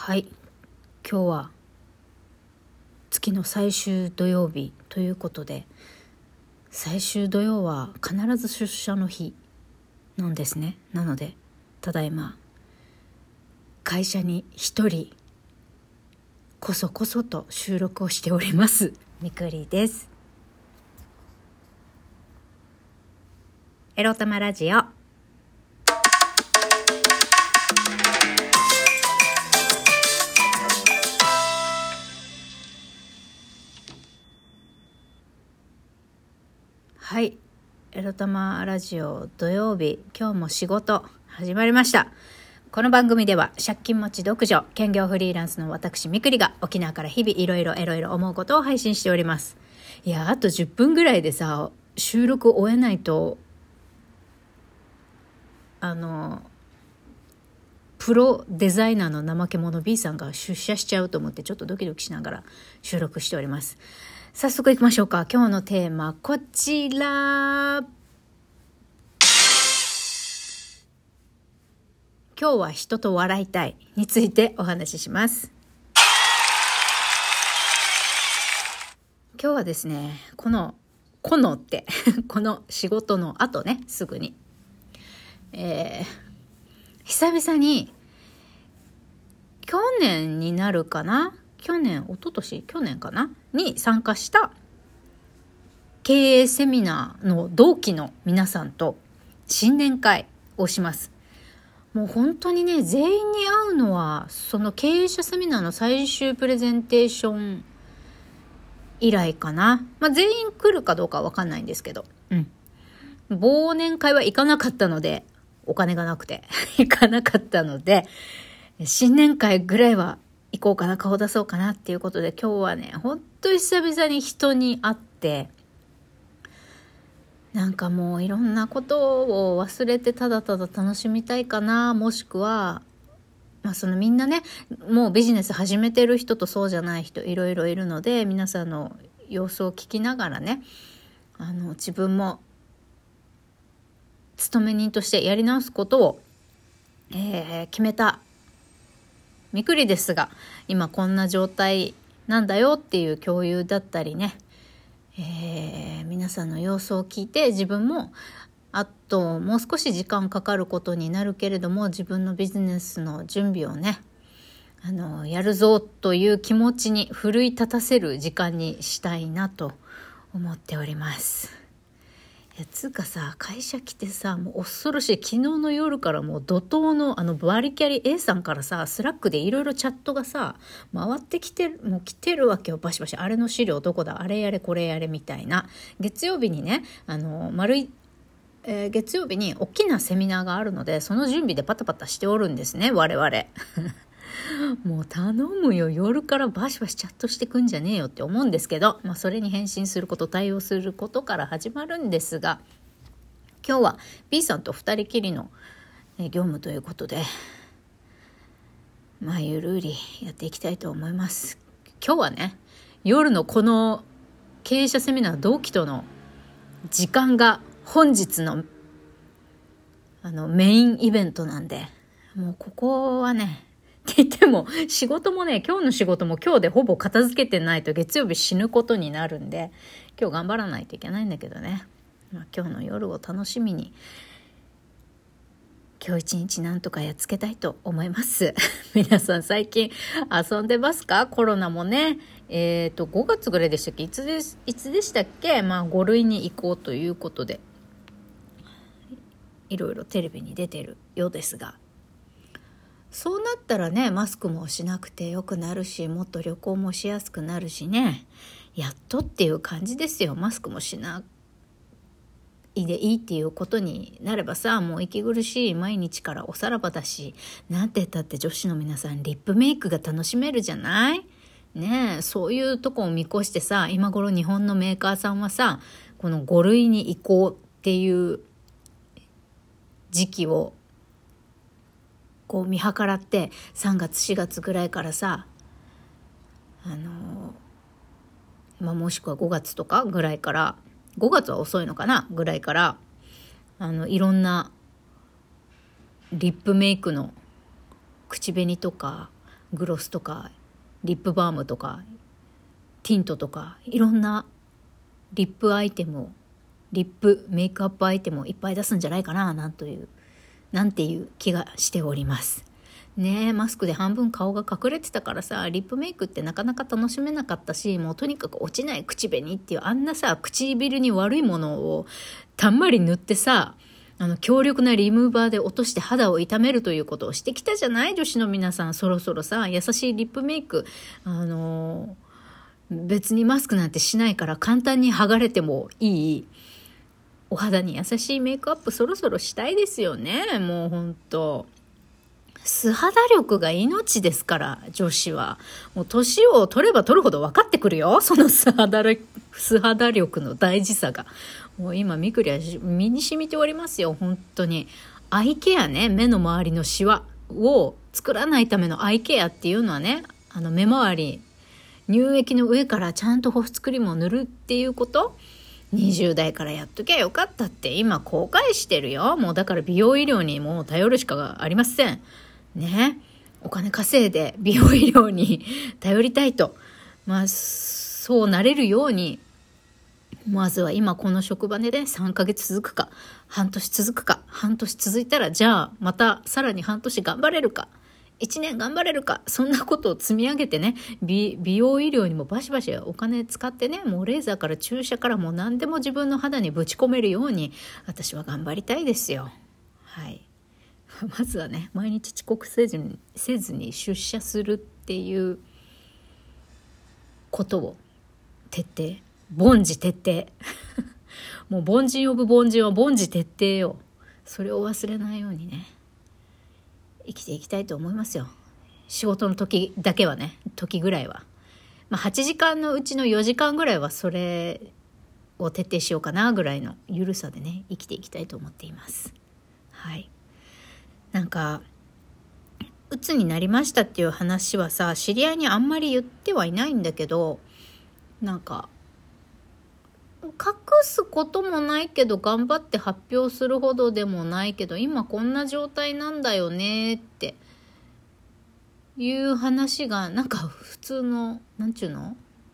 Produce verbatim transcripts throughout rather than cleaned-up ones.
はい、今日は月の最終土曜日ということで、最終土曜は必ず出社の日なんですね。なのでただいま会社に一人こそこそと収録をしておりますみくりです。エロ玉ラジオ。はい、エロ玉ラジオ土曜日、今日も仕事始まりました。この番組では借金持ち独女兼業フリーランスの私みくりが沖縄から日々いろいろいろいろ思うことを配信しております。いや、あとじゅっぷんぐらいでさ収録終えないとあのプロデザイナーの怠け者 B さんが出社しちゃうと思ってちょっとドキドキしながら収録しております。早速行きましょうか。今日のテーマこちら。今日は人と笑いたいについてお話しします。今日はですね、このこのってこの仕事の後ね、すぐに、えー、久々に去年になるかな去年一昨年去年かなに参加した経営セミナーの同期の皆さんと新年会をします。もう本当にね、全員に会うのはその経営者セミナーの最終プレゼンテーション以来かな。まあ、全員来るかどうかは分かんないんですけど、うん、忘年会は行かなかったので、お金がなくて行かなかったので、新年会ぐらいは行こうかな、顔出そうかなっていうことで、今日はね、ほんと久々に人に会って、なんかもういろんなことを忘れてただただ楽しみたいかな、もしくは、まあそのみんなね、もうビジネス始めてる人とそうじゃない人いろいろいるので、皆さんの様子を聞きながらね、あの自分も勤め人としてやり直すことを、えー、決めたみくりですが、今こんな状態なんだよっていう共有だったりね、えー、皆さんの様子を聞いて、自分もあともう少し時間かかることになるけれども、自分のビジネスの準備をね、あのやるぞという気持ちに奮い立たせる時間にしたいなと思っております。いやつうかさ、会社来てさ、もう恐ろしい、昨日の夜からもう怒涛のあのバリキャリ A さんからさ、スラックでいろいろチャットがさ回ってきてる、もう来てるわけよ、バシバシ。あれの資料どこだ、あれやれこれやれみたいな。月曜日にね、あの丸い、えー、月曜日に大きなセミナーがあるので、その準備でパタパタしておるんですね、我々もう頼むよ、夜からバシバシチャットしてくんじゃねえよって思うんですけど、まあ、それに返信すること、対応することから始まるんですが、今日は B さんと二人きりの業務ということで、まあゆるりやっていきたいと思います。今日はね、夜のこの経営者セミナー同期との時間が本日のあのメインイベントなんで、もうここはね、って言っても仕事もね、今日の仕事も今日でほぼ片付けてないと月曜日死ぬことになるんで、今日頑張らないといけないんだけどね、まあ、今日の夜を楽しみに今日一日なんとかやっつけたいと思います皆さん最近遊んでますか？コロナもね、えーとごがつぐらいでしたっけ、いつでいつでしたっけ、まあご類に行こうということでいろいろテレビに出てるようですが、そうなったらね、マスクもしなくてよくなるし、もっと旅行もしやすくなるしね、やっとっていう感じですよ。マスクもしないでいいっていうことになればさ、もう息苦しい毎日からおさらばだし、なんて言ったって女子の皆さんリップメイクが楽しめるじゃないねえ。そういうとこを見越してさ、今頃日本のメーカーさんはさ、このご類に移行っていう時期をこう見計らってさんがつしがつぐらいからさ、あのまあ、もしくはごがつとかぐらいから、ごがつは遅いのかなぐらいから、あのいろんなリップメイクの口紅とかグロスとかリップバームとかティントとかいろんなリップアイテムをリップメイクアップアイテムをいっぱい出すんじゃないかななんというなんていう気がしておりますね。えマスクで半分顔が隠れてたからさ、リップメイクってなかなか楽しめなかったし、もうとにかく落ちない口紅っていうあんなさ唇に悪いものをたんまり塗ってさ、あの強力なリムーバーで落として肌を傷めるということをしてきたじゃない。女子の皆さん、そろそろさ優しいリップメイク、あのー、別にマスクなんてしないから簡単に剥がれてもいいお肌に優しいメイクアップそろそろしたいですよね。もうほんと素肌力が命ですから、女子はもう年を取れば取るほど分かってくるよ、その素肌力、素肌力の大事さが。もう今みくりは身に染みておりますよ。本当にアイケアね、目の周りのシワを作らないためのアイケアっていうのはね、あの目周り乳液の上からちゃんと保湿クリームを塗るっていうこと、にじゅう代からやっときゃよかったって今後悔してるよ。もうだから美容医療にもう頼るしかありませんね。お金稼いで美容医療に頼りたいと、まあそうなれるように、まずは今この職場でね、さんかげつ続くか半年続くか、半年続いたらじゃあまたさらに半年頑張れるか、いちねん頑張れるか、そんなことを積み上げてね、 美, 美容医療にもバシバシお金使ってね、もうレーザーから注射からもう何でも自分の肌にぶち込めるように私は頑張りたいですよ。はいまずはね、毎日遅刻せずにせずに出社するっていうことを徹底、凡事徹底もう凡人オブ凡人は凡事徹底よ。それを忘れないようにね生きていきたいと思いますよ。仕事の時だけはね、時ぐらいは、まあ、はちじかんのうちのよじかんぐらいはそれを徹底しようかなぐらいの緩さでね生きていきたいと思っています。はい。なんか鬱になりましたっていう話はさ、知り合いにあんまり言ってはいないんだけど、なんか隠すこともないけど頑張って発表するほどでもないけど今こんな状態なんだよねっていう話がなんか普通のなんちゅうの、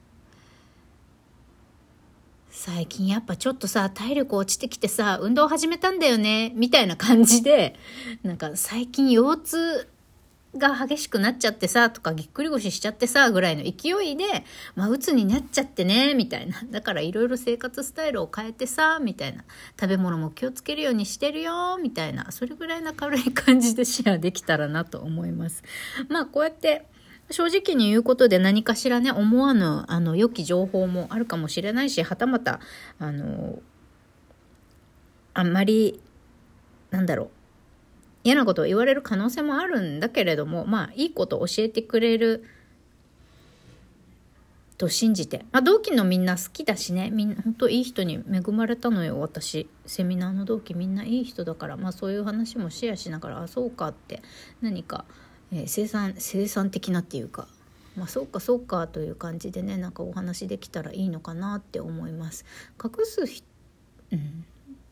最近やっぱちょっとさ体力落ちてきてさ運動始めたんだよねみたいな感じで、なんか最近腰痛が激しくなっちゃってさとかぎっくり腰しちゃってさぐらいの勢いで、まあ鬱になっちゃってねみたいな、だからいろいろ生活スタイルを変えてさみたいな、食べ物も気をつけるようにしてるよみたいな、それぐらいな軽い感じでシェアできたらなと思います。まあこうやって正直に言うことで何かしらね思わぬあの良き情報もあるかもしれないし、はたまたあのあんまりなんだろう嫌なことを言われる可能性もあるんだけれども、まあいいことを教えてくれると信じて、まあ、同期のみんな好きだしね、みんな本当いい人に恵まれたのよ。私セミナーの同期みんないい人だから、まあそういう話もシェアしながら、あそうかって何か、えー、生産生産的なっていうか、まあそうかそうかという感じでね、なんかお話できたらいいのかなって思います。隠すひ、うん、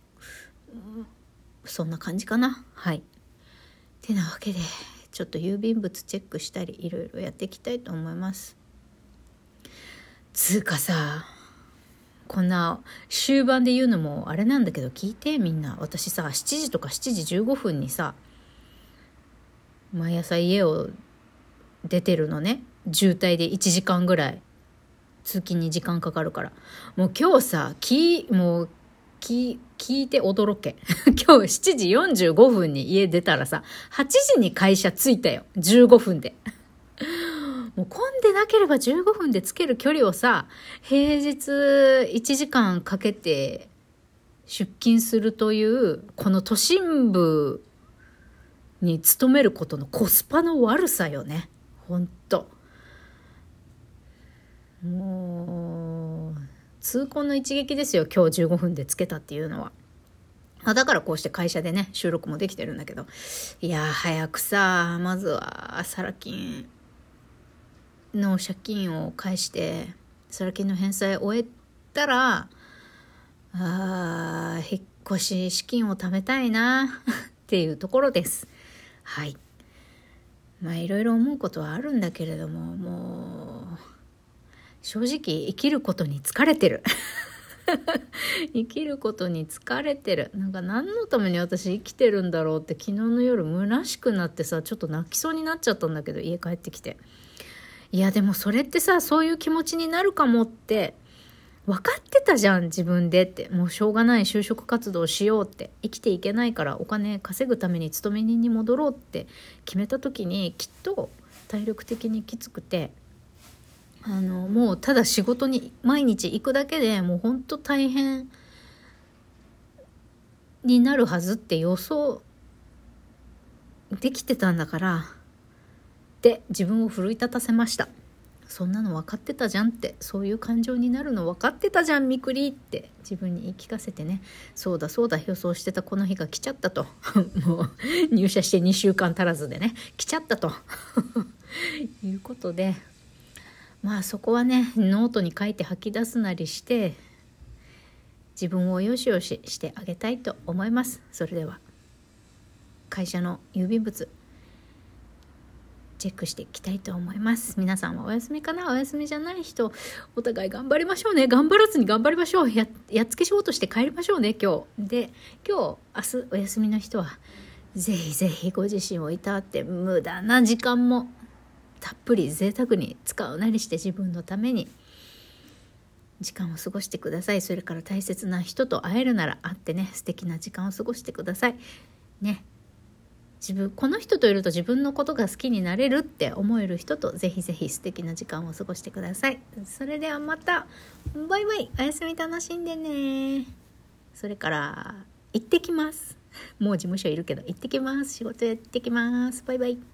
そんな感じかな。はい。てなわけでちょっと郵便物チェックしたりいろいろやっていきたいと思います。つうかさ、こんな終盤で言うのもあれなんだけど聞いてみんな、私さしちじとかしちじじゅうごふんにさ毎朝家を出てるのね。渋滞でいちじかんぐらい通勤に時間かかるから、もう今日さきもう聞, 聞いて驚け今日しちじよんじゅうごふんに家出たらさはちじに会社着いたよ。じゅうごふんでもう混んでなければじゅうごふんで着ける距離をさ、平日いちじかんかけて出勤するというこの都心部に勤めることのコスパの悪さよね。ほんともう痛恨の一撃ですよ、今日じゅうごふんでつけたっていうのは。あだからこうして会社でね収録もできてるんだけど、いや早くさまずはサラ金の借金を返してサラ金の返済を終えたら、あ引っ越し資金を貯めたいなっていうところです。はい。 まあいろいろ思うことはあるんだけれども、もう正直生きることに疲れてる生きることに疲れてる。なんか何のために私生きてるんだろうって昨日の夜虚しくなってさ、ちょっと泣きそうになっちゃったんだけど、家帰ってきて、いやでもそれってさ、そういう気持ちになるかもって分かってたじゃん自分でって。もうしょうがない、就職活動しようって、生きていけないからお金稼ぐために勤め人に戻ろうって決めた時に、きっと体力的にきつくて、あのもうただ仕事に毎日行くだけでもうほんと大変になるはずって予想できてたんだからで、自分を奮い立たせました。そんなの分かってたじゃんって、そういう感情になるの分かってたじゃんみくりって自分に言い聞かせてね、そうだそうだ、予想してたこの日が来ちゃったともう入社してにしゅうかん足らずでね、来ちゃったということで、まあそこはね、ノートに書いて吐き出すなりして自分をよしよししてあげたいと思います。それでは会社の郵便物チェックしていきたいと思います。皆さんはお休みかな、お休みじゃない人、お互い頑張りましょうね。頑張らずに頑張りましょう。 や, やっつけ仕事して帰りましょうね今日で。今日明日お休みの人はぜひぜひご自身をいたわって無駄な時間もたっぷり贅沢に使うなりして自分のために時間を過ごしてください。それから大切な人と会えるなら会ってね、素敵な時間を過ごしてくださいね。自分この人といると自分のことが好きになれるって思える人とぜひぜひ素敵な時間を過ごしてください。それではまた、バイバイ。お休み楽しんでね。それから行ってきます。もう事務所いるけど行ってきます。仕事やってきます。バイバイ。